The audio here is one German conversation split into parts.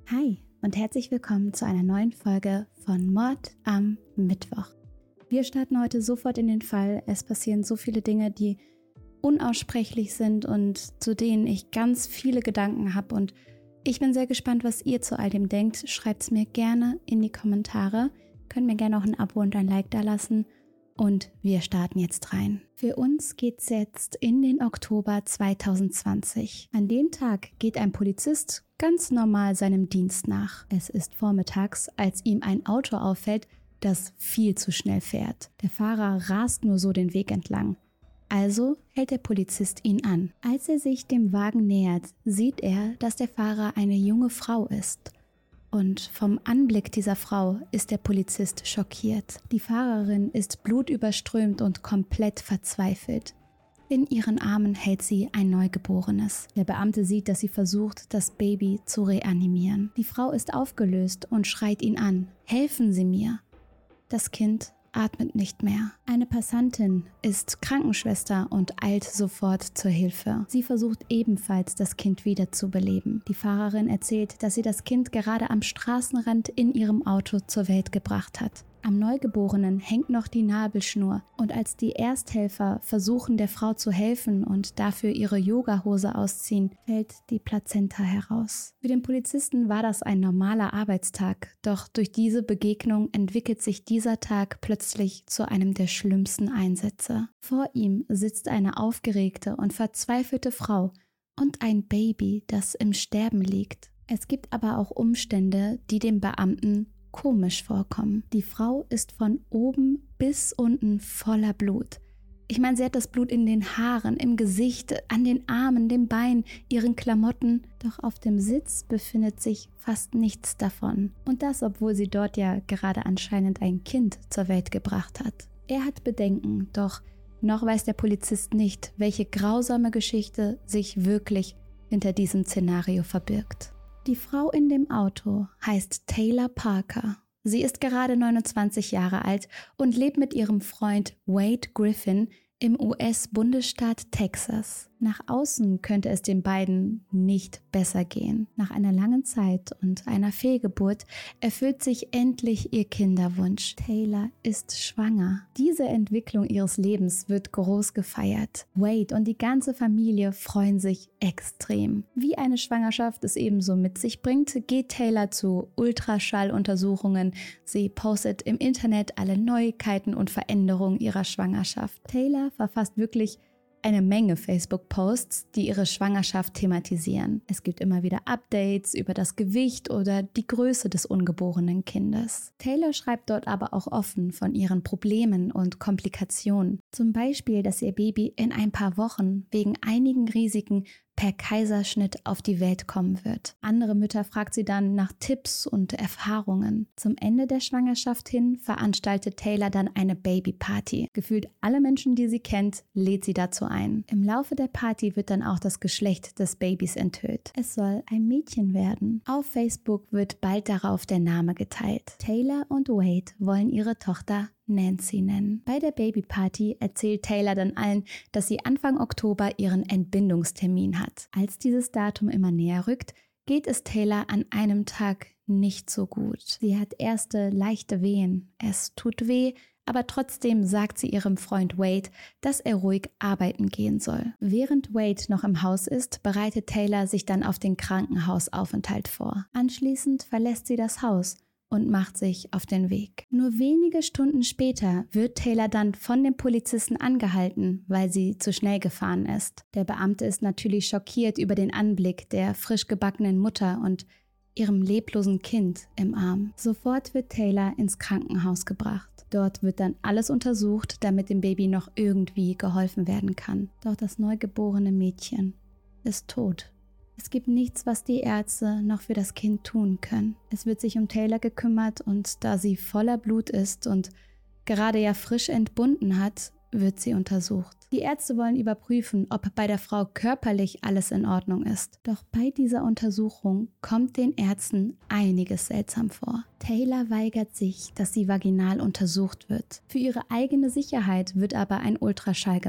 Hi und herzlich willkommen zu einer neuen Folge von Mord am Mittwoch. Wir starten heute sofort in den Fall. Es passieren so viele Dinge, die unaussprechlich sind und zu denen ich ganz viele Gedanken habe. Und ich bin sehr gespannt, was ihr zu all dem denkt. Schreibt es mir gerne in die Kommentare. Könnt mir gerne auch ein Abo und ein Like da lassen. Und wir starten jetzt rein. Für uns geht's jetzt in den Oktober 2020. An dem Tag geht ein Polizist ganz normal seinem Dienst nach. Es ist vormittags, als ihm ein Auto auffällt, das viel zu schnell fährt. Der Fahrer rast nur so den Weg entlang. Also hält der Polizist ihn an. Als er sich dem Wagen nähert, sieht er, dass der Fahrer eine junge Frau ist. Und vom Anblick dieser Frau ist der Polizist schockiert. Die Fahrerin ist blutüberströmt und komplett verzweifelt. In ihren Armen hält sie ein Neugeborenes. Der Beamte sieht, dass sie versucht, das Baby zu reanimieren. Die Frau ist aufgelöst und schreit ihn an: „Helfen Sie mir!" Das Kind atmet nicht mehr. Eine Passantin ist Krankenschwester und eilt sofort zur Hilfe. Sie versucht ebenfalls, das Kind wieder zu beleben. Die Fahrerin erzählt, dass sie das Kind gerade am Straßenrand in ihrem Auto zur Welt gebracht hat. Am Neugeborenen hängt noch die Nabelschnur und als die Ersthelfer versuchen, der Frau zu helfen und dafür ihre Yogahose ausziehen, fällt die Plazenta heraus. Für den Polizisten war das ein normaler Arbeitstag, doch durch diese Begegnung entwickelt sich dieser Tag plötzlich zu einem der schlimmsten Einsätze. Vor ihm sitzt eine aufgeregte und verzweifelte Frau und ein Baby, das im Sterben liegt. Es gibt aber auch Umstände, die dem Beamten komisch vorkommen. Die Frau ist von oben bis unten voller Blut. Ich meine, sie hat das Blut in den Haaren, im Gesicht, an den Armen, den Beinen, ihren Klamotten. Doch auf dem Sitz befindet sich fast nichts davon. Und das, obwohl sie dort ja gerade anscheinend ein Kind zur Welt gebracht hat. Er hat Bedenken, doch noch weiß der Polizist nicht, welche grausame Geschichte sich wirklich hinter diesem Szenario verbirgt. Die Frau in dem Auto heißt Taylor Parker. Sie ist gerade 29 Jahre alt und lebt mit ihrem Freund Wade Griffin im US-Bundesstaat Texas. Nach außen könnte es den beiden nicht besser gehen. Nach einer langen Zeit und einer Fehlgeburt erfüllt sich endlich ihr Kinderwunsch. Taylor ist schwanger. Diese Entwicklung ihres Lebens wird groß gefeiert. Wade und die ganze Familie freuen sich extrem. Wie eine Schwangerschaft es ebenso mit sich bringt, geht Taylor zu Ultraschalluntersuchungen. Sie postet im Internet alle Neuigkeiten und Veränderungen ihrer Schwangerschaft. Taylor verfasst wirklich eine Menge Facebook-Posts, die ihre Schwangerschaft thematisieren. Es gibt immer wieder Updates über das Gewicht oder die Größe des ungeborenen Kindes. Taylor schreibt dort aber auch offen von ihren Problemen und Komplikationen. Zum Beispiel, dass ihr Baby in ein paar Wochen wegen einigen Risiken per Kaiserschnitt auf die Welt kommen wird. Andere Mütter fragt sie dann nach Tipps und Erfahrungen. Zum Ende der Schwangerschaft hin veranstaltet Taylor dann eine Babyparty. Gefühlt alle Menschen, die sie kennt, lädt sie dazu ein. Im Laufe der Party wird dann auch das Geschlecht des Babys enthüllt. Es soll ein Mädchen werden. Auf Facebook wird bald darauf der Name geteilt. Taylor und Wade wollen ihre Tochter Nancy nennen. Bei der Babyparty erzählt Taylor dann allen, dass sie Anfang Oktober ihren Entbindungstermin hat. Als dieses Datum immer näher rückt, geht es Taylor an einem Tag nicht so gut. Sie hat erste leichte Wehen. Es tut weh, aber trotzdem sagt sie ihrem Freund Wade, dass er ruhig arbeiten gehen soll. Während Wade noch im Haus ist, bereitet Taylor sich dann auf den Krankenhausaufenthalt vor. Anschließend verlässt sie das Haus und macht sich auf den Weg. Nur wenige Stunden später wird Taylor dann von dem Polizisten angehalten, weil sie zu schnell gefahren ist. Der Beamte ist natürlich schockiert über den Anblick der frisch gebackenen Mutter und ihrem leblosen Kind im Arm. Sofort wird Taylor ins Krankenhaus gebracht. Dort wird dann alles untersucht, damit dem Baby noch irgendwie geholfen werden kann. Doch das neugeborene Mädchen ist tot. Es gibt nichts, was die Ärzte noch für das Kind tun können. Es wird sich um Taylor gekümmert und da sie voller Blut ist und gerade ja frisch entbunden hat, wird sie untersucht. Die Ärzte wollen überprüfen, ob bei der Frau körperlich alles in Ordnung ist. Doch bei dieser Untersuchung kommt den Ärzten einiges seltsam vor. Taylor weigert sich, dass sie vaginal untersucht wird. Für ihre eigene Sicherheit wird aber ein Ultraschall gemacht.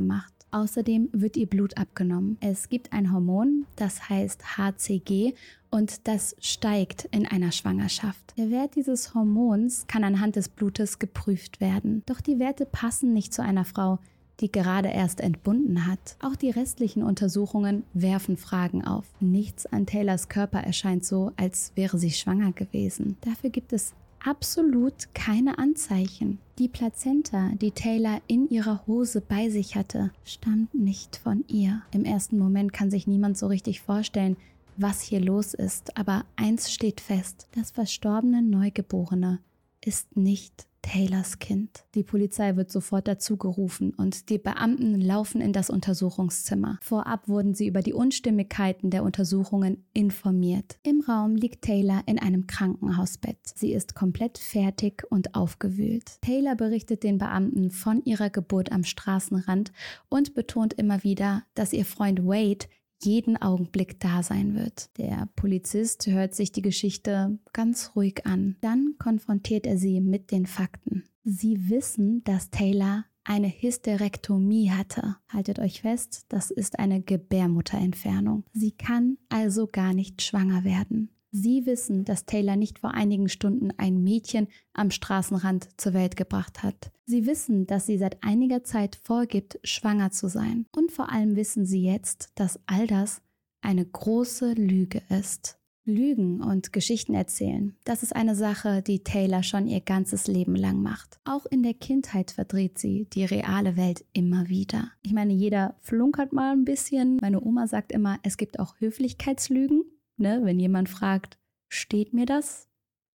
Außerdem wird ihr Blut abgenommen. Es gibt ein Hormon, das heißt HCG, und das steigt in einer Schwangerschaft. Der Wert dieses Hormons kann anhand des Blutes geprüft werden. Doch die Werte passen nicht zu einer Frau, die gerade erst entbunden hat. Auch die restlichen Untersuchungen werfen Fragen auf. Nichts an Taylors Körper erscheint so, als wäre sie schwanger gewesen. Dafür gibt es absolut keine Anzeichen. Die Plazenta, die Taylor in ihrer Hose bei sich hatte, stammt nicht von ihr. Im ersten Moment kann sich niemand so richtig vorstellen, was hier los ist, aber eins steht fest: Das verstorbene Neugeborene ist nicht Taylors Kind. Die Polizei wird sofort dazu gerufen und die Beamten laufen in das Untersuchungszimmer. Vorab wurden sie über die Unstimmigkeiten der Untersuchungen informiert. Im Raum liegt Taylor in einem Krankenhausbett. Sie ist komplett fertig und aufgewühlt. Taylor berichtet den Beamten von ihrer Geburt am Straßenrand und betont immer wieder, dass ihr Freund Wade jeden Augenblick da sein wird. Der Polizist hört sich die Geschichte ganz ruhig an. Dann konfrontiert er sie mit den Fakten. Sie wissen, dass Taylor eine Hysterektomie hatte. Haltet euch fest, das ist eine Gebärmutterentfernung. Sie kann also gar nicht schwanger werden. Sie wissen, dass Taylor nicht vor einigen Stunden ein Mädchen am Straßenrand zur Welt gebracht hat. Sie wissen, dass sie seit einiger Zeit vorgibt, schwanger zu sein. Und vor allem wissen sie jetzt, dass all das eine große Lüge ist. Lügen und Geschichten erzählen, das ist eine Sache, die Taylor schon ihr ganzes Leben lang macht. Auch in der Kindheit verdreht sie die reale Welt immer wieder. Ich meine, jeder flunkert mal ein bisschen. Meine Oma sagt immer, es gibt auch Höflichkeitslügen. Ne? Wenn jemand fragt, steht mir das?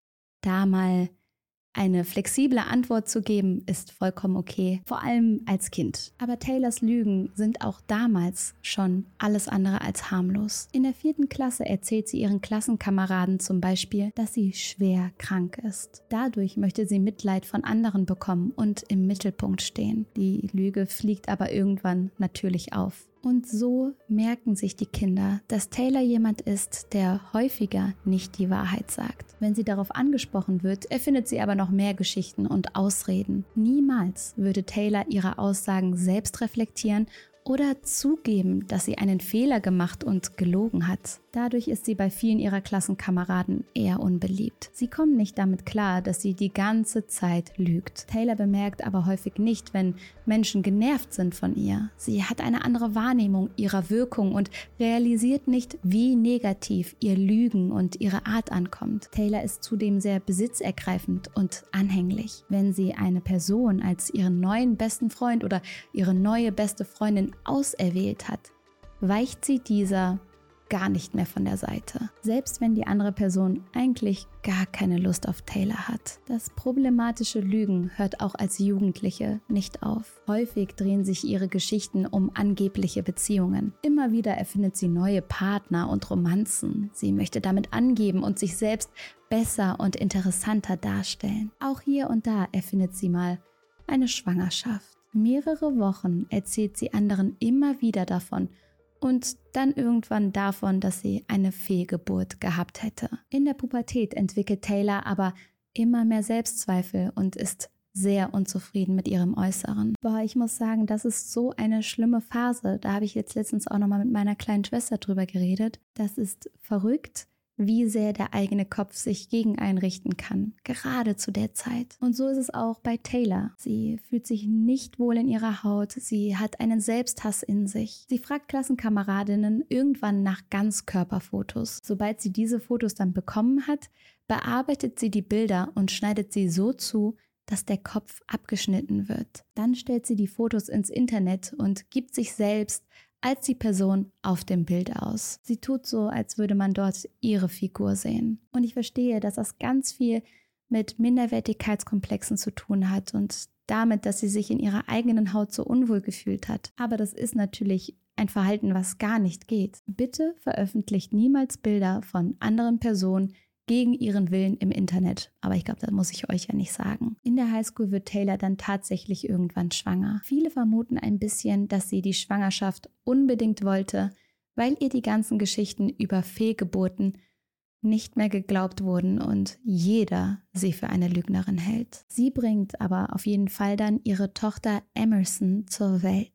Da mal eine flexible Antwort zu geben, ist vollkommen okay, vor allem als Kind. Aber Taylors Lügen sind auch damals schon alles andere als harmlos. In der 4. Klasse erzählt sie ihren Klassenkameraden zum Beispiel, dass sie schwer krank ist. Dadurch möchte sie Mitleid von anderen bekommen und im Mittelpunkt stehen. Die Lüge fliegt aber irgendwann natürlich auf. Und so merken sich die Kinder, dass Taylor jemand ist, der häufiger nicht die Wahrheit sagt. Wenn sie darauf angesprochen wird, erfindet sie aber noch mehr Geschichten und Ausreden. Niemals würde Taylor ihre Aussagen selbst reflektieren oder zugeben, dass sie einen Fehler gemacht und gelogen hat. Dadurch ist sie bei vielen ihrer Klassenkameraden eher unbeliebt. Sie kommen nicht damit klar, dass sie die ganze Zeit lügt. Taylor bemerkt aber häufig nicht, wenn Menschen genervt sind von ihr. Sie hat eine andere Wahrnehmung ihrer Wirkung und realisiert nicht, wie negativ ihr Lügen und ihre Art ankommt. Taylor ist zudem sehr besitzergreifend und anhänglich. Wenn sie eine Person als ihren neuen besten Freund oder ihre neue beste Freundin auserwählt hat, weicht sie dieser gar nicht mehr von der Seite. Selbst wenn die andere Person eigentlich gar keine Lust auf Taylor hat. Das problematische Lügen hört auch als Jugendliche nicht auf. Häufig drehen sich ihre Geschichten um angebliche Beziehungen. Immer wieder erfindet sie neue Partner und Romanzen. Sie möchte damit angeben und sich selbst besser und interessanter darstellen. Auch hier und da erfindet sie mal eine Schwangerschaft. Mehrere Wochen erzählt sie anderen immer wieder davon und dann irgendwann davon, dass sie eine Fehlgeburt gehabt hätte. In der Pubertät entwickelt Taylor aber immer mehr Selbstzweifel und ist sehr unzufrieden mit ihrem Äußeren. Ich muss sagen, das ist so eine schlimme Phase. Da habe ich jetzt letztens auch nochmal mit meiner kleinen Schwester drüber geredet. Das ist verrückt, wie sehr der eigene Kopf sich gegen einrichten kann, gerade zu der Zeit. Und so ist es auch bei Taylor. Sie fühlt sich nicht wohl in ihrer Haut, sie hat einen Selbsthass in sich. Sie fragt Klassenkameradinnen irgendwann nach Ganzkörperfotos. Sobald sie diese Fotos dann bekommen hat, bearbeitet sie die Bilder und schneidet sie so zu, dass der Kopf abgeschnitten wird. Dann stellt sie die Fotos ins Internet und gibt sich selbst als die Person auf dem Bild aus. Sie tut so, als würde man dort ihre Figur sehen. Und ich verstehe, dass das ganz viel mit Minderwertigkeitskomplexen zu tun hat und damit, dass sie sich in ihrer eigenen Haut so unwohl gefühlt hat. Aber das ist natürlich ein Verhalten, was gar nicht geht. Bitte veröffentlicht niemals Bilder von anderen Personen gegen ihren Willen im Internet. Aber ich glaube, das muss ich euch ja nicht sagen. In der Highschool wird Taylor dann tatsächlich irgendwann schwanger. Viele vermuten ein bisschen, dass sie die Schwangerschaft unbedingt wollte, weil ihr die ganzen Geschichten über Fehlgeburten nicht mehr geglaubt wurden und jeder sie für eine Lügnerin hält. Sie bringt aber auf jeden Fall dann ihre Tochter Emerson zur Welt.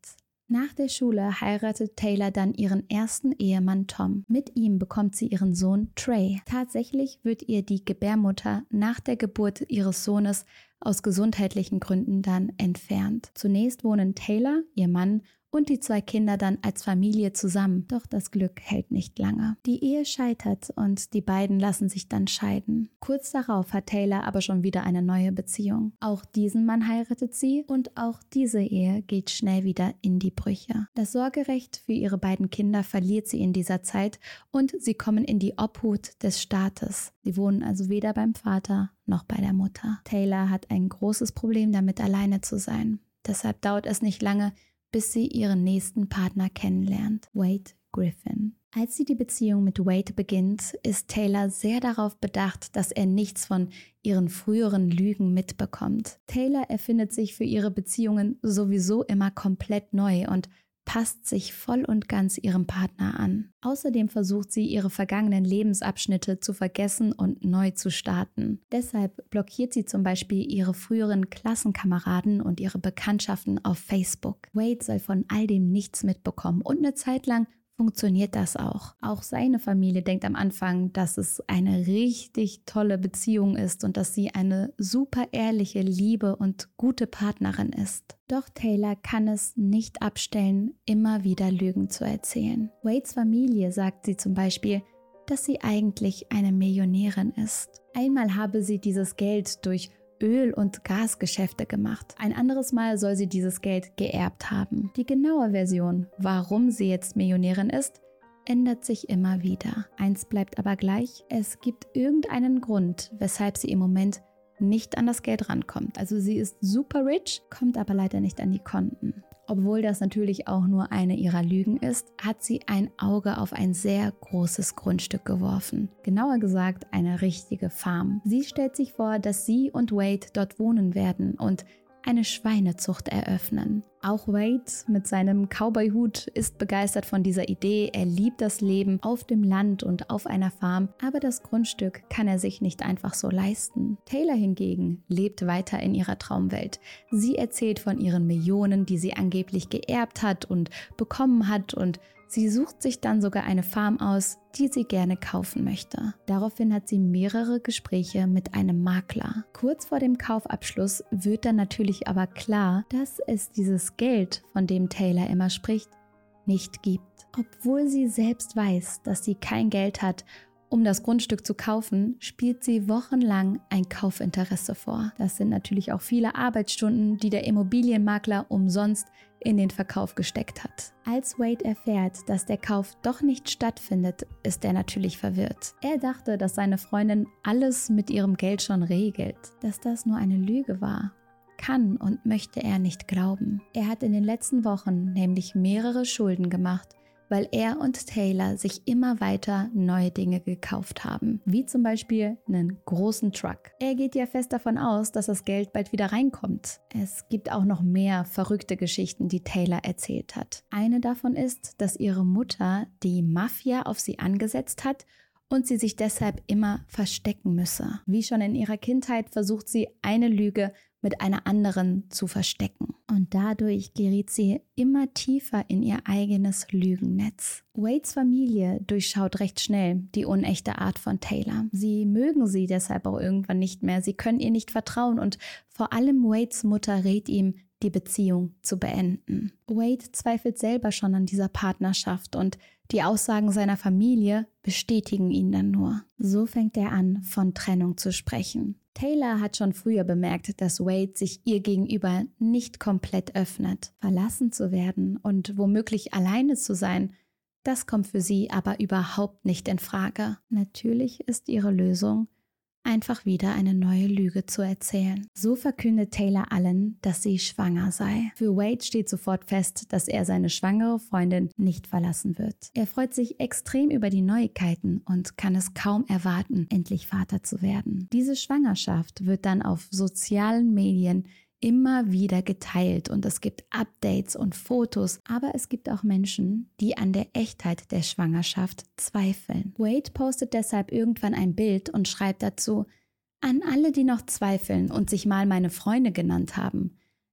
Nach der Schule heiratet Taylor dann ihren ersten Ehemann Tom. Mit ihm bekommt sie ihren Sohn Trey. Tatsächlich wird ihr die Gebärmutter nach der Geburt ihres Sohnes aus gesundheitlichen Gründen dann entfernt. Zunächst wohnen Taylor, ihr Mann und die 2 Kinder dann als Familie zusammen. Doch das Glück hält nicht lange. Die Ehe scheitert und die beiden lassen sich dann scheiden. Kurz darauf hat Taylor aber schon wieder eine neue Beziehung. Auch diesen Mann heiratet sie und auch diese Ehe geht schnell wieder in die Brüche. Das Sorgerecht für ihre beiden Kinder verliert sie in dieser Zeit und sie kommen in die Obhut des Staates. Sie wohnen also weder beim Vater noch bei der Mutter. Taylor hat ein großes Problem damit, alleine zu sein. Deshalb dauert es nicht lange, bis sie ihren nächsten Partner kennenlernt, Wade Griffin. Als sie die Beziehung mit Wade beginnt, ist Taylor sehr darauf bedacht, dass er nichts von ihren früheren Lügen mitbekommt. Taylor erfindet sich für ihre Beziehungen sowieso immer komplett neu und passt sich voll und ganz ihrem Partner an. Außerdem versucht sie, ihre vergangenen Lebensabschnitte zu vergessen und neu zu starten. Deshalb blockiert sie zum Beispiel ihre früheren Klassenkameraden und ihre Bekanntschaften auf Facebook. Wade soll von all dem nichts mitbekommen und eine Zeit lang funktioniert das auch. Auch seine Familie denkt am Anfang, dass es eine richtig tolle Beziehung ist und dass sie eine super ehrliche, liebe und gute Partnerin ist. Doch Taylor kann es nicht abstellen, immer wieder Lügen zu erzählen. Wades Familie sagt sie zum Beispiel, dass sie eigentlich eine Millionärin ist. Einmal habe sie dieses Geld durch Öl- und Gasgeschäfte gemacht. Ein anderes Mal soll sie dieses Geld geerbt haben. Die genaue Version, warum sie jetzt Millionärin ist, ändert sich immer wieder. Eins bleibt aber gleich: Es gibt irgendeinen Grund, weshalb sie im Moment nicht an das Geld rankommt. Also sie ist super rich, kommt aber leider nicht an die Konten. Obwohl das natürlich auch nur eine ihrer Lügen ist, hat sie ein Auge auf ein sehr großes Grundstück geworfen. Genauer gesagt, eine richtige Farm. Sie stellt sich vor, dass sie und Wade dort wohnen werden und eine Schweinezucht eröffnen. Auch Wade mit seinem Cowboy-Hut ist begeistert von dieser Idee. Er liebt das Leben auf dem Land und auf einer Farm, aber das Grundstück kann er sich nicht einfach so leisten. Taylor hingegen lebt weiter in ihrer Traumwelt. Sie erzählt von ihren Millionen, die sie angeblich geerbt hat und bekommen hat, und sie sucht sich dann sogar eine Farm aus, die sie gerne kaufen möchte. Daraufhin hat sie mehrere Gespräche mit einem Makler. Kurz vor dem Kaufabschluss wird dann natürlich aber klar, dass es dieses Geld, von dem Taylor immer spricht, nicht gibt. Obwohl sie selbst weiß, dass sie kein Geld hat, um das Grundstück zu kaufen, spielt sie wochenlang ein Kaufinteresse vor. Das sind natürlich auch viele Arbeitsstunden, die der Immobilienmakler umsonst in den Verkauf gesteckt hat. Als Wade erfährt, dass der Kauf doch nicht stattfindet, ist er natürlich verwirrt. Er dachte, dass seine Freundin alles mit ihrem Geld schon regelt. Dass das nur eine Lüge war, kann und möchte er nicht glauben. Er hat in den letzten Wochen nämlich mehrere Schulden gemacht, weil er und Taylor sich immer weiter neue Dinge gekauft haben, wie zum Beispiel einen großen Truck. Er geht ja fest davon aus, dass das Geld bald wieder reinkommt. Es gibt auch noch mehr verrückte Geschichten, die Taylor erzählt hat. Eine davon ist, dass ihre Mutter die Mafia auf sie angesetzt hat und sie sich deshalb immer verstecken müsse. Wie schon in ihrer Kindheit versucht sie, eine Lüge mit einer anderen zu verstecken. Und dadurch geriet sie immer tiefer in ihr eigenes Lügennetz. Wades Familie durchschaut recht schnell die unechte Art von Taylor. Sie mögen sie deshalb auch irgendwann nicht mehr. Sie können ihr nicht vertrauen und vor allem Wades Mutter rät ihm, die Beziehung zu beenden. Wade zweifelt selber schon an dieser Partnerschaft und die Aussagen seiner Familie bestätigen ihn dann nur. So fängt er an, von Trennung zu sprechen. Taylor hat schon früher bemerkt, dass Wade sich ihr gegenüber nicht komplett öffnet. Verlassen zu werden und womöglich alleine zu sein, das kommt für sie aber überhaupt nicht in Frage. Natürlich ist ihre Lösung, einfach wieder eine neue Lüge zu erzählen. So verkündet Taylor allen, dass sie schwanger sei. Für Wade steht sofort fest, dass er seine schwangere Freundin nicht verlassen wird. Er freut sich extrem über die Neuigkeiten und kann es kaum erwarten, endlich Vater zu werden. Diese Schwangerschaft wird dann auf sozialen Medien immer wieder geteilt und es gibt Updates und Fotos, aber es gibt auch Menschen, die an der Echtheit der Schwangerschaft zweifeln. Wade postet deshalb irgendwann ein Bild und schreibt dazu: An alle, die noch zweifeln und sich mal meine Freunde genannt haben.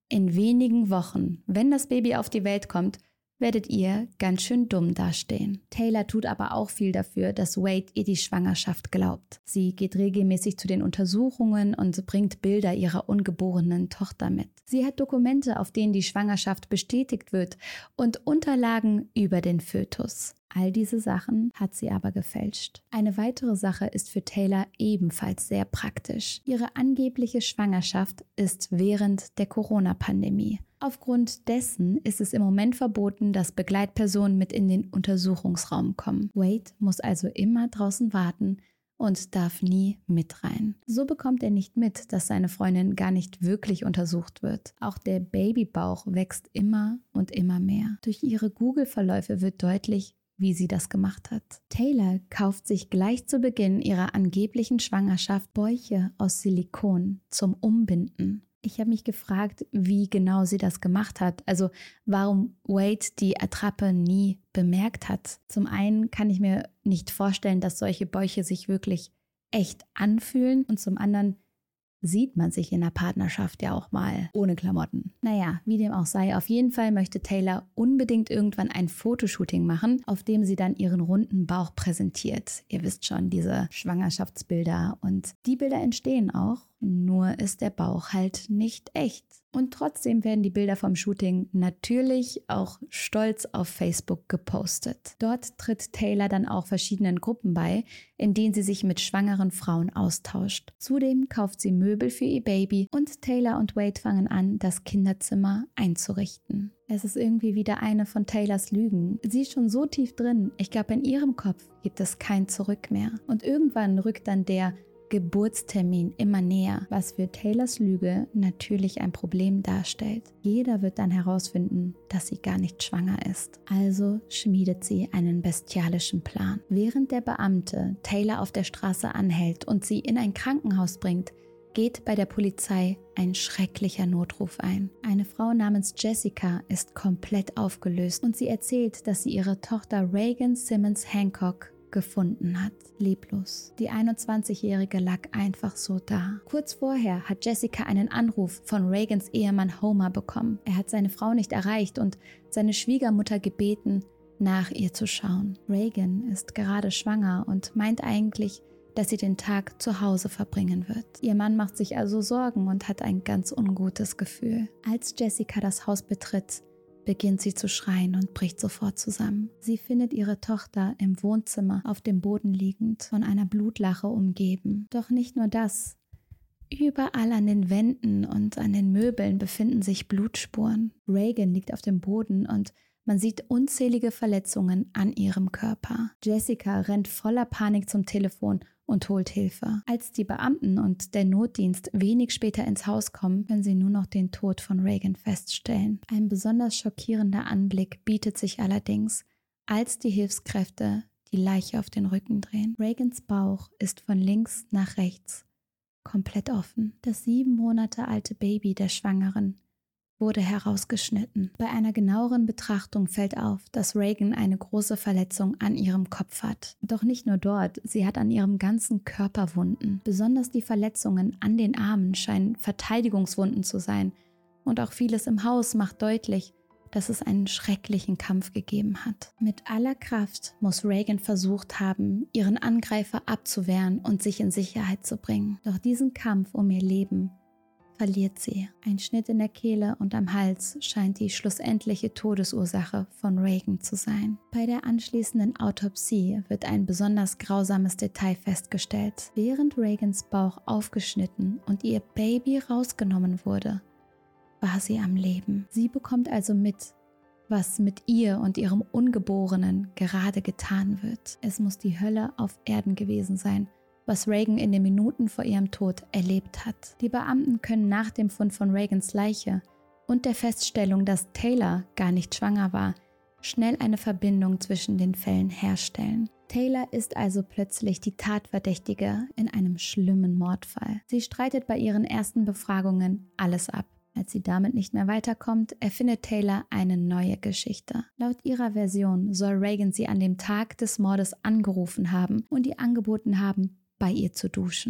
in wenigen Wochen, wenn das Baby auf die Welt kommt, werdet ihr ganz schön dumm dastehen. Taylor tut aber auch viel dafür, dass Wade ihr die Schwangerschaft glaubt. Sie geht regelmäßig zu den Untersuchungen und bringt Bilder ihrer ungeborenen Tochter mit. Sie hat Dokumente, auf denen die Schwangerschaft bestätigt wird und Unterlagen über den Fötus. All diese Sachen hat sie aber gefälscht. Eine weitere Sache ist für Taylor ebenfalls sehr praktisch. Ihre angebliche Schwangerschaft ist während der Corona-Pandemie. Aufgrund dessen ist es im Moment verboten, dass Begleitpersonen mit in den Untersuchungsraum kommen. Wade muss also immer draußen warten und darf nie mit rein. So bekommt er nicht mit, dass seine Freundin gar nicht wirklich untersucht wird. Auch der Babybauch wächst immer und immer mehr. Durch ihre Google-Verläufe wird deutlich, wie sie das gemacht hat. Taylor kauft sich gleich zu Beginn ihrer angeblichen Schwangerschaft Bäuche aus Silikon zum Umbinden. Ich habe mich gefragt, wie genau sie das gemacht hat. Also warum Wade die Attrappe nie bemerkt hat. Zum einen kann ich mir nicht vorstellen, dass solche Bäuche sich wirklich echt anfühlen. Und zum anderen sieht man sich in der Partnerschaft ja auch mal ohne Klamotten. Naja, wie dem auch sei, auf jeden Fall möchte Taylor unbedingt irgendwann ein Fotoshooting machen, auf dem sie dann ihren runden Bauch präsentiert. Ihr wisst schon, diese Schwangerschaftsbilder. Und die Bilder entstehen auch, nur ist der Bauch halt nicht echt. Und trotzdem werden die Bilder vom Shooting natürlich auch stolz auf Facebook gepostet. Dort tritt Taylor dann auch verschiedenen Gruppen bei, in denen sie sich mit schwangeren Frauen austauscht. Zudem kauft sie Möbel für ihr Baby und Taylor und Wade fangen an, das Kinderzimmer einzurichten. Es ist irgendwie wieder eine von Taylors Lügen. Sie ist schon so tief drin. Ich glaube, in ihrem Kopf gibt es kein Zurück mehr. Und irgendwann rückt dann der Geburtstermin immer näher, was für Taylors Lüge natürlich ein Problem darstellt. Jeder wird dann herausfinden, dass sie gar nicht schwanger ist. Also schmiedet sie einen bestialischen Plan. Während der Beamte Taylor auf der Straße anhält und sie in ein Krankenhaus bringt, geht bei der Polizei ein schrecklicher Notruf ein. Eine Frau namens Jessica ist komplett aufgelöst und sie erzählt, dass sie ihre Tochter Reagan Simmons Hancock gefunden hat, leblos. Die 21-Jährige lag einfach so da. Kurz vorher hat Jessica einen Anruf von Reagans Ehemann Homer bekommen. Er hat seine Frau nicht erreicht und seine Schwiegermutter gebeten, nach ihr zu schauen. Reagan ist gerade schwanger und meint eigentlich, dass sie den Tag zu Hause verbringen wird. Ihr Mann macht sich also Sorgen und hat ein ganz ungutes Gefühl. Als Jessica das Haus betritt, beginnt sie zu schreien und bricht sofort zusammen. Sie findet ihre Tochter im Wohnzimmer auf dem Boden liegend, von einer Blutlache umgeben. Doch nicht nur das. Überall an den Wänden und an den Möbeln befinden sich Blutspuren. Reagan liegt auf dem Boden und man sieht unzählige Verletzungen an ihrem Körper. Jessica rennt voller Panik zum Telefon und holt Hilfe. Als die Beamten und der Notdienst wenig später ins Haus kommen, können sie nur noch den Tod von Reagan feststellen. Ein besonders schockierender Anblick bietet sich allerdings, als die Hilfskräfte die Leiche auf den Rücken drehen. Reagans Bauch ist von links nach rechts komplett offen. Das 7 Monate alte Baby der Schwangeren wurde herausgeschnitten. Bei einer genaueren Betrachtung fällt auf, dass Reagan eine große Verletzung an ihrem Kopf hat. Doch nicht nur dort, sie hat an ihrem ganzen Körper Wunden. Besonders die Verletzungen an den Armen scheinen Verteidigungswunden zu sein. Und auch vieles im Haus macht deutlich, dass es einen schrecklichen Kampf gegeben hat. Mit aller Kraft muss Reagan versucht haben, ihren Angreifer abzuwehren und sich in Sicherheit zu bringen. Doch diesen Kampf um ihr Leben verliert sie. Ein Schnitt in der Kehle und am Hals scheint die schlussendliche Todesursache von Reagan zu sein. Bei der anschließenden Autopsie wird ein besonders grausames Detail festgestellt. Während Reagans Bauch aufgeschnitten und ihr Baby rausgenommen wurde, war sie am Leben. Sie bekommt also mit, was mit ihr und ihrem Ungeborenen gerade getan wird. Es muss die Hölle auf Erden gewesen sein, was Reagan in den Minuten vor ihrem Tod erlebt hat. Die Beamten können nach dem Fund von Reagans Leiche und der Feststellung, dass Taylor gar nicht schwanger war, schnell eine Verbindung zwischen den Fällen herstellen. Taylor ist also plötzlich die Tatverdächtige in einem schlimmen Mordfall. Sie streitet bei ihren ersten Befragungen alles ab. Als sie damit nicht mehr weiterkommt, erfindet Taylor eine neue Geschichte. Laut ihrer Version soll Reagan sie an dem Tag des Mordes angerufen haben und ihr angeboten haben, bei ihr zu duschen.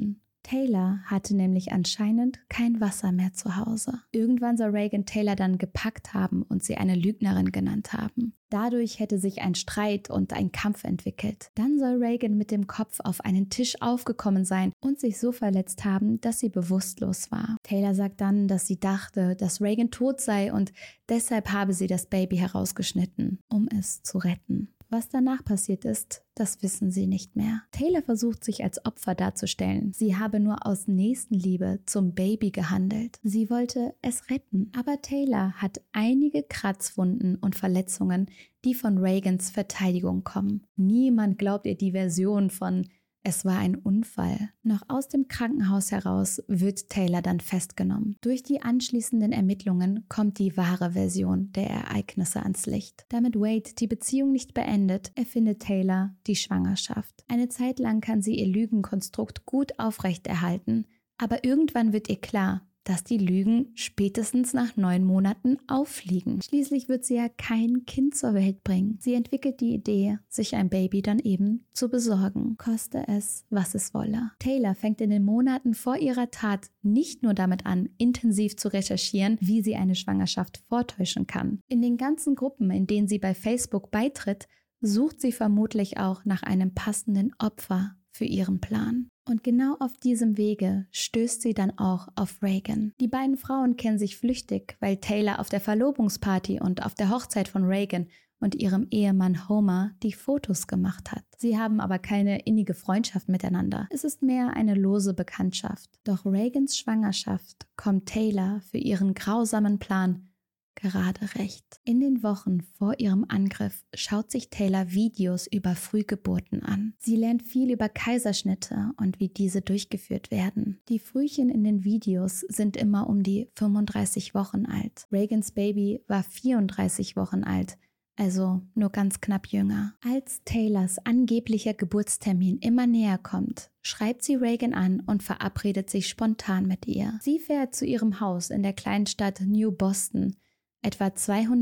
Taylor hatte nämlich anscheinend kein Wasser mehr zu Hause. Irgendwann soll Reagan Taylor dann gepackt haben und sie eine Lügnerin genannt haben. Dadurch hätte sich ein Streit und ein Kampf entwickelt. Dann soll Reagan mit dem Kopf auf einen Tisch aufgekommen sein und sich so verletzt haben, dass sie bewusstlos war. Taylor sagt dann, dass sie dachte, dass Reagan tot sei und deshalb habe sie das Baby herausgeschnitten, um es zu retten. Was danach passiert ist, das wissen sie nicht mehr. Taylor versucht sich als Opfer darzustellen. Sie habe nur aus Nächstenliebe zum Baby gehandelt. Sie wollte es retten. Aber Taylor hat einige Kratzwunden und Verletzungen, die von Reagans Verteidigung kommen. Niemand glaubt ihr die Version von „Es war ein Unfall“. Noch aus dem Krankenhaus heraus wird Taylor dann festgenommen. Durch die anschließenden Ermittlungen kommt die wahre Version der Ereignisse ans Licht. Damit Wade die Beziehung nicht beendet, erfindet Taylor die Schwangerschaft. Eine Zeit lang kann sie ihr Lügenkonstrukt gut aufrechterhalten, aber irgendwann wird ihr klar, dass die Lügen spätestens nach 9 Monaten auffliegen. Schließlich wird sie ja kein Kind zur Welt bringen. Sie entwickelt die Idee, sich ein Baby dann eben zu besorgen, koste es, was es wolle. Taylor fängt in den Monaten vor ihrer Tat nicht nur damit an, intensiv zu recherchieren, wie sie eine Schwangerschaft vortäuschen kann. In den ganzen Gruppen, in denen sie bei Facebook beitritt, sucht sie vermutlich auch nach einem passenden Opfer für ihren Plan. Und genau auf diesem Wege stößt sie dann auch auf Reagan. Die beiden Frauen kennen sich flüchtig, weil Taylor auf der Verlobungsparty und auf der Hochzeit von Reagan und ihrem Ehemann Homer die Fotos gemacht hat. Sie haben aber keine innige Freundschaft miteinander. Es ist mehr eine lose Bekanntschaft. Doch Reagans Schwangerschaft kommt Taylor für ihren grausamen Plan gerade recht. In den Wochen vor ihrem Angriff schaut sich Taylor Videos über Frühgeburten an. Sie lernt viel über Kaiserschnitte und wie diese durchgeführt werden. Die Frühchen in den Videos sind immer um die 35 Wochen alt. Reagans Baby war 34 Wochen alt, also nur ganz knapp jünger. Als Taylors angeblicher Geburtstermin immer näher kommt, schreibt sie Reagan an und verabredet sich spontan mit ihr. Sie fährt zu ihrem Haus in der Kleinstadt New Boston, etwa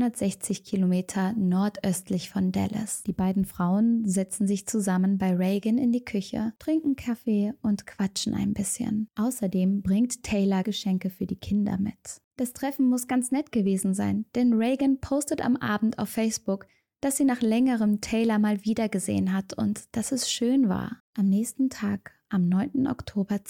260 Kilometer nordöstlich von Dallas. Die beiden Frauen setzen sich zusammen bei Reagan in die Küche, trinken Kaffee und quatschen ein bisschen. Außerdem bringt Taylor Geschenke für die Kinder mit. Das Treffen muss ganz nett gewesen sein, denn Reagan postet am Abend auf Facebook, dass sie nach längerem Taylor mal wiedergesehen hat und dass es schön war. Am nächsten Tag, am 9. Oktober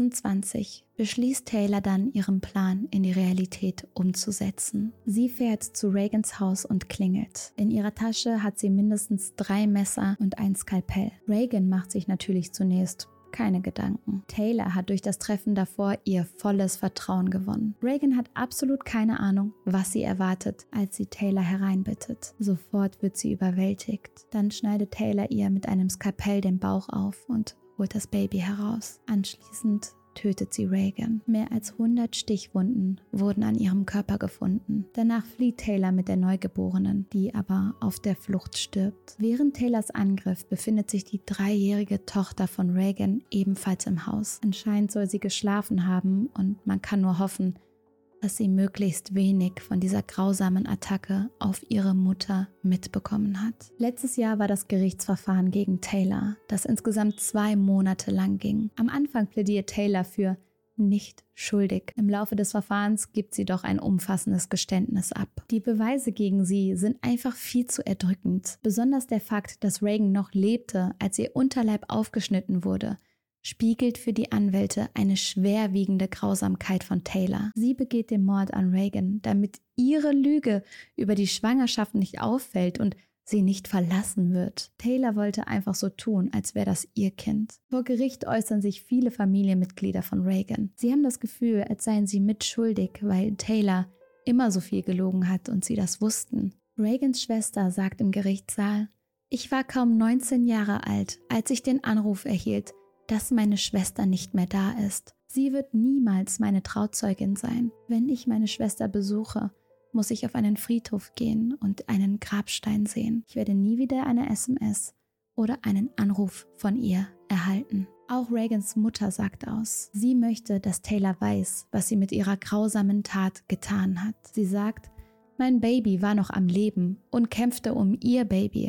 2020, beschließt Taylor dann, ihren Plan in die Realität umzusetzen. Sie fährt zu Reagans Haus und klingelt. In ihrer Tasche hat sie mindestens 3 Messer und ein Skalpell. Reagan macht sich natürlich zunächst keine Gedanken. Taylor hat durch das Treffen davor ihr volles Vertrauen gewonnen. Reagan hat absolut keine Ahnung, was sie erwartet, als sie Taylor hereinbittet. Sofort wird sie überwältigt. Dann schneidet Taylor ihr mit einem Skalpell den Bauch auf und holt das Baby heraus. Anschließend tötet sie Reagan. Mehr als 100 Stichwunden wurden an ihrem Körper gefunden. Danach flieht Taylor mit der Neugeborenen, die aber auf der Flucht stirbt. Während Taylors Angriff befindet sich die 3-jährige Tochter von Reagan ebenfalls im Haus. Anscheinend soll sie geschlafen haben und man kann nur hoffen, dass sie möglichst wenig von dieser grausamen Attacke auf ihre Mutter mitbekommen hat. Letztes Jahr war das Gerichtsverfahren gegen Taylor, das insgesamt 2 Monate lang ging. Am Anfang plädiert Taylor für nicht schuldig. Im Laufe des Verfahrens gibt sie doch ein umfassendes Geständnis ab. Die Beweise gegen sie sind einfach viel zu erdrückend. Besonders der Fakt, dass Reagan noch lebte, als ihr Unterleib aufgeschnitten wurde, spiegelt für die Anwälte eine schwerwiegende Grausamkeit von Taylor. Sie begeht den Mord an Reagan, damit ihre Lüge über die Schwangerschaft nicht auffällt und sie nicht verlassen wird. Taylor wollte einfach so tun, als wäre das ihr Kind. Vor Gericht äußern sich viele Familienmitglieder von Reagan. Sie haben das Gefühl, als seien sie mitschuldig, weil Taylor immer so viel gelogen hat und sie das wussten. Reagans Schwester sagt im Gerichtssaal: „Ich war kaum 19 Jahre alt, als ich den Anruf erhielt, dass meine Schwester nicht mehr da ist. Sie wird niemals meine Trauzeugin sein. Wenn ich meine Schwester besuche, muss ich auf einen Friedhof gehen und einen Grabstein sehen. Ich werde nie wieder eine SMS oder einen Anruf von ihr erhalten." Auch Reagans Mutter sagt aus. Sie möchte, dass Taylor weiß, was sie mit ihrer grausamen Tat getan hat. Sie sagt: "Mein Baby war noch am Leben und kämpfte um ihr Baby,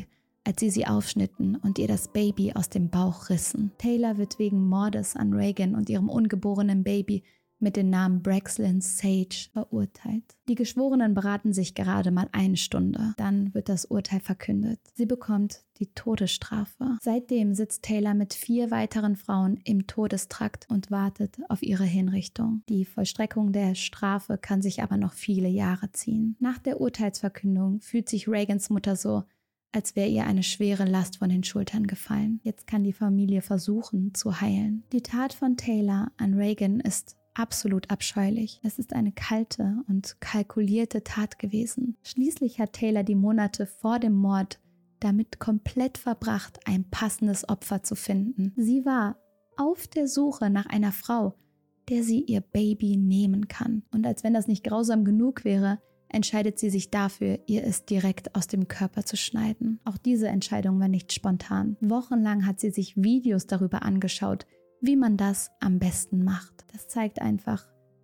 als sie aufschnitten und ihr das Baby aus dem Bauch rissen. Taylor wird wegen Mordes an Reagan und ihrem ungeborenen Baby mit dem Namen Braxlyn Sage verurteilt. Die Geschworenen beraten sich gerade mal 1 Stunde. Dann wird das Urteil verkündet. Sie bekommt die Todesstrafe. Seitdem sitzt Taylor mit 4 weiteren Frauen im Todestrakt und wartet auf ihre Hinrichtung. Die Vollstreckung der Strafe kann sich aber noch viele Jahre ziehen. Nach der Urteilsverkündung fühlt sich Reagans Mutter so, als wäre ihr eine schwere Last von den Schultern gefallen. Jetzt kann die Familie versuchen zu heilen. Die Tat von Taylor an Reagan ist absolut abscheulich. Es ist eine kalte und kalkulierte Tat gewesen. Schließlich hat Taylor die Monate vor dem Mord damit komplett verbracht, ein passendes Opfer zu finden. Sie war auf der Suche nach einer Frau, der sie ihr Baby nehmen kann. Und als wenn das nicht grausam genug wäre, entscheidet sie sich dafür, ihr es direkt aus dem Körper zu schneiden. Auch diese Entscheidung war nicht spontan. Wochenlang hat sie sich Videos darüber angeschaut, wie man das am besten macht. Das zeigt einfach,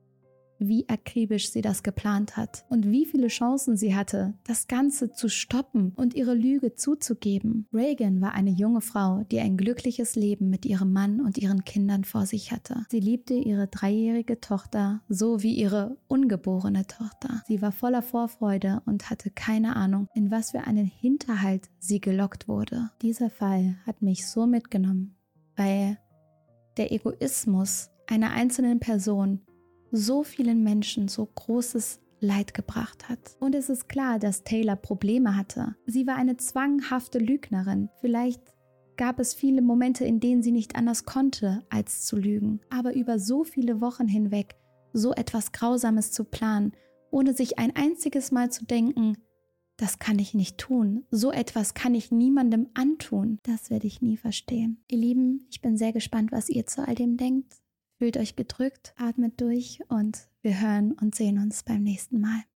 wie akribisch sie das geplant hat und wie viele Chancen sie hatte, das Ganze zu stoppen und ihre Lüge zuzugeben. Reagan war eine junge Frau, die ein glückliches Leben mit ihrem Mann und ihren Kindern vor sich hatte. Sie liebte ihre 3-jährige Tochter so wie ihre ungeborene Tochter. Sie war voller Vorfreude und hatte keine Ahnung, in was für einen Hinterhalt sie gelockt wurde. Dieser Fall hat mich so mitgenommen, weil der Egoismus einer einzelnen Person so vielen Menschen so großes Leid gebracht hat. Und es ist klar, dass Taylor Probleme hatte. Sie war eine zwanghafte Lügnerin. Vielleicht gab es viele Momente, in denen sie nicht anders konnte, als zu lügen. Aber über so viele Wochen hinweg so etwas Grausames zu planen, ohne sich ein einziges Mal zu denken, das kann ich nicht tun. So etwas kann ich niemandem antun. Das werde ich nie verstehen. Ihr Lieben, ich bin sehr gespannt, was ihr zu all dem denkt. Fühlt euch gedrückt, atmet durch und wir hören und sehen uns beim nächsten Mal.